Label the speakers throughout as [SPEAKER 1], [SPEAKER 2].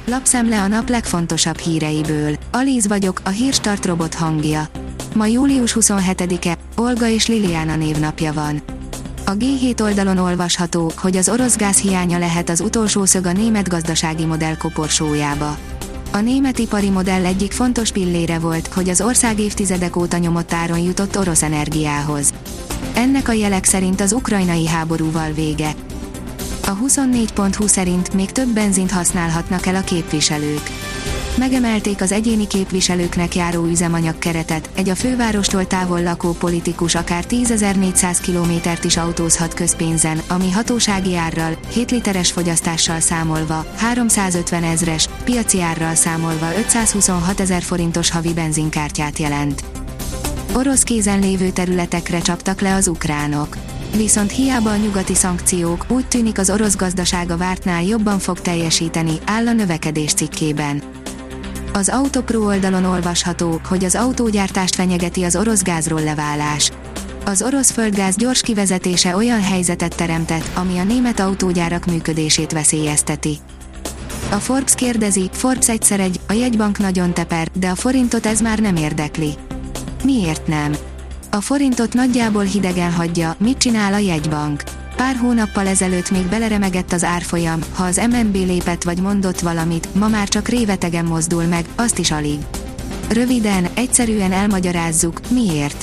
[SPEAKER 1] Lapszemle a nap legfontosabb híreiből. Alíz vagyok, a Hírstart robot hangja. Ma július 27-e, Olga és Liliana névnapja van. A G7 oldalon olvasható, hogy az orosz gáz hiánya lehet az utolsó szög a német gazdasági modell koporsójába. A német ipari modell egyik fontos pillére volt, hogy az ország évtizedek óta nyomott áron jutott orosz energiához. Ennek a jelek szerint az ukrajnai háborúval vége. A 24.hu szerint még több benzint használhatnak el a képviselők. Megemelték az egyéni képviselőknek járó üzemanyagkeretet, egy a fővárostól távol lakó politikus akár 10.400 kilométert is autózhat közpénzen, ami hatósági árral, 7 literes fogyasztással számolva, 350 000-es, piaci árral számolva 526 000 forintos havi benzinkártyát jelent. Orosz kézen lévő területekre csaptak le az ukránok. Viszont hiába a nyugati szankciók, úgy tűnik az orosz gazdaság a vártnál jobban fog teljesíteni, áll a növekedés cikkében. Az Autopro oldalon olvasható, hogy az autógyártást fenyegeti az orosz gázról leválás. Az orosz földgáz gyors kivezetése olyan helyzetet teremtett, ami a német autógyárak működését veszélyezteti. A Forbes kérdezi, Forbes egyszer egy, a jegybank nagyon teper, de a forintot ez már nem érdekli. Miért nem? A forintot nagyjából hidegen hagyja, mit csinál a jegybank? Pár hónappal ezelőtt még beleremegett az árfolyam, ha az MNB lépett vagy mondott valamit, ma már csak révetegen mozdul meg, azt is alig. Röviden, egyszerűen elmagyarázzuk, miért.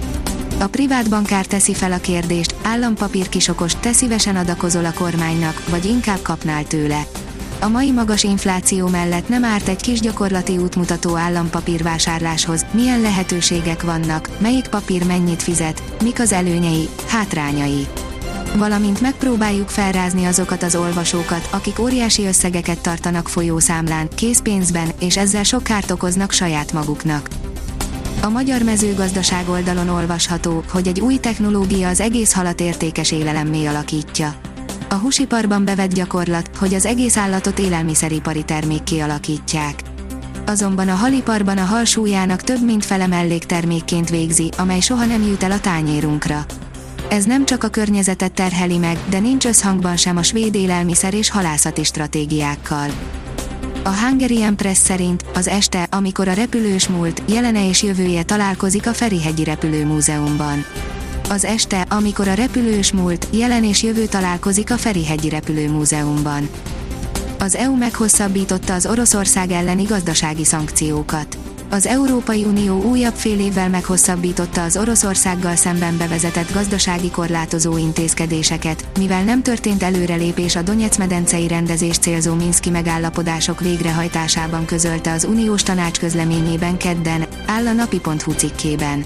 [SPEAKER 1] A privát bankár teszi fel a kérdést, állampapír kisokos, te szívesen adakozol a kormánynak, vagy inkább kapnál tőle. A mai magas infláció mellett nem árt egy kis gyakorlati útmutató állampapírvásárláshoz, milyen lehetőségek vannak, melyik papír mennyit fizet, mik az előnyei, hátrányai. Valamint megpróbáljuk felrázni azokat az olvasókat, akik óriási összegeket tartanak folyószámlán, készpénzben, és ezzel sok kárt okoznak saját maguknak. A magyar mezőgazdaság oldalon olvasható, hogy egy új technológia az egész halat értékes élelemmé alakítja. A húsiparban bevett gyakorlat, hogy az egész állatot élelmiszeripari termékké alakítják. Azonban a haliparban a hal súlyának több mint fele melléktermékként végzi, amely soha nem jut el a tányérunkra. Ez nem csak a környezetet terheli meg, de nincs összhangban sem a svéd élelmiszer és halászati stratégiákkal. A Hungarian Press szerint az este, amikor a repülős múlt, jelene és jövője találkozik a Ferihegyi Repülőmúzeumban. Az este, amikor a repülős múlt, jelen és jövő találkozik a Ferihegyi Repülőmúzeumban. Az EU meghosszabbította az Oroszország elleni gazdasági szankciókat. Az Európai Unió újabb fél évvel meghosszabbította az Oroszországgal szemben bevezetett gazdasági korlátozó intézkedéseket, mivel nem történt előrelépés a Donetsz-medencei rendezést célzó minszki megállapodások végrehajtásában, közölte az uniós tanács közleményében kedden, áll a napi.hu cikkében.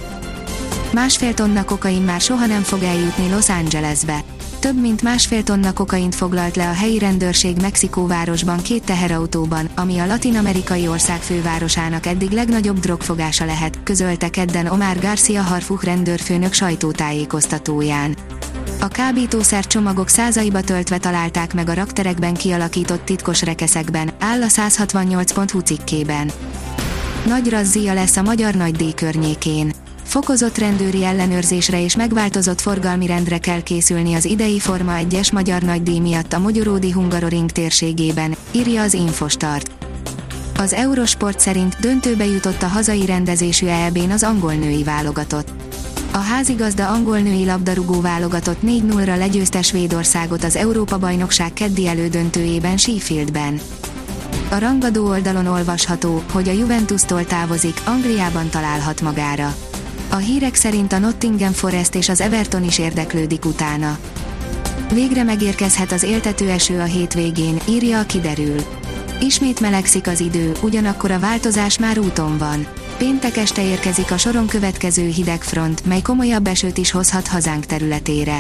[SPEAKER 1] 1,5 tonna kokain már soha nem fog eljutni Los Angelesbe. Több mint 1,5 tonna kokaint foglalt le a helyi rendőrség Mexikóvárosban 2 teherautóban, ami a latin-amerikai ország fővárosának eddig legnagyobb drogfogása lehet, közölte kedden Omar Garcia Harfuch rendőrfőnök sajtótájékoztatóján. A kábítószer csomagok százaiba töltve találták meg a rakterekben kialakított titkos rekeszekben, áll a 168.hu cikkében. Nagy razzia lesz a magyar nagydíj környékén. Fokozott rendőri ellenőrzésre és megváltozott forgalmi rendre kell készülni az idei Forma 1-es magyar nagydíj miatt a Mogyoródi Hungaroring térségében, írja az Infostart. Az Eurosport szerint döntőbe jutott a hazai rendezésű EB-n az angol női válogatott. A házigazda angol női labdarúgó válogatott 4-0-ra legyőzte Svédországot az Európa-bajnokság keddi elődöntőjében Sheffieldben. A rangadó oldalon olvasható, hogy a Juventustól távozik, Angliában találhat magára. A hírek szerint a Nottingham Forest és az Everton is érdeklődik utána. Végre megérkezhet az éltető eső a hétvégén, írja a Kiderül. Ismét melegszik az idő, ugyanakkor a változás már úton van. Péntek este érkezik a soron következő hideg front, mely komolyabb esőt is hozhat hazánk területére.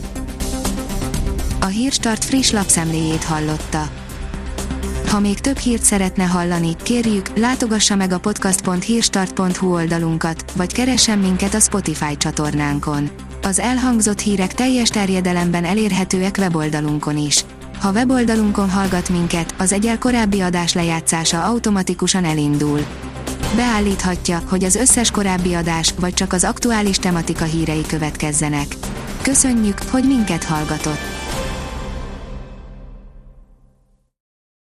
[SPEAKER 1] A Hírstart friss lapszemléjét hallotta. Ha még több hírt szeretne hallani, kérjük, látogassa meg a podcast.hírstart.hu oldalunkat, vagy keressen minket a Spotify csatornánkon. Az elhangzott hírek teljes terjedelemben elérhetőek weboldalunkon is. Ha weboldalunkon hallgat minket, az egyel korábbi adás lejátszása automatikusan elindul. Beállíthatja, hogy az összes korábbi adás, vagy csak az aktuális tematika hírei következzenek. Köszönjük, hogy minket hallgatott!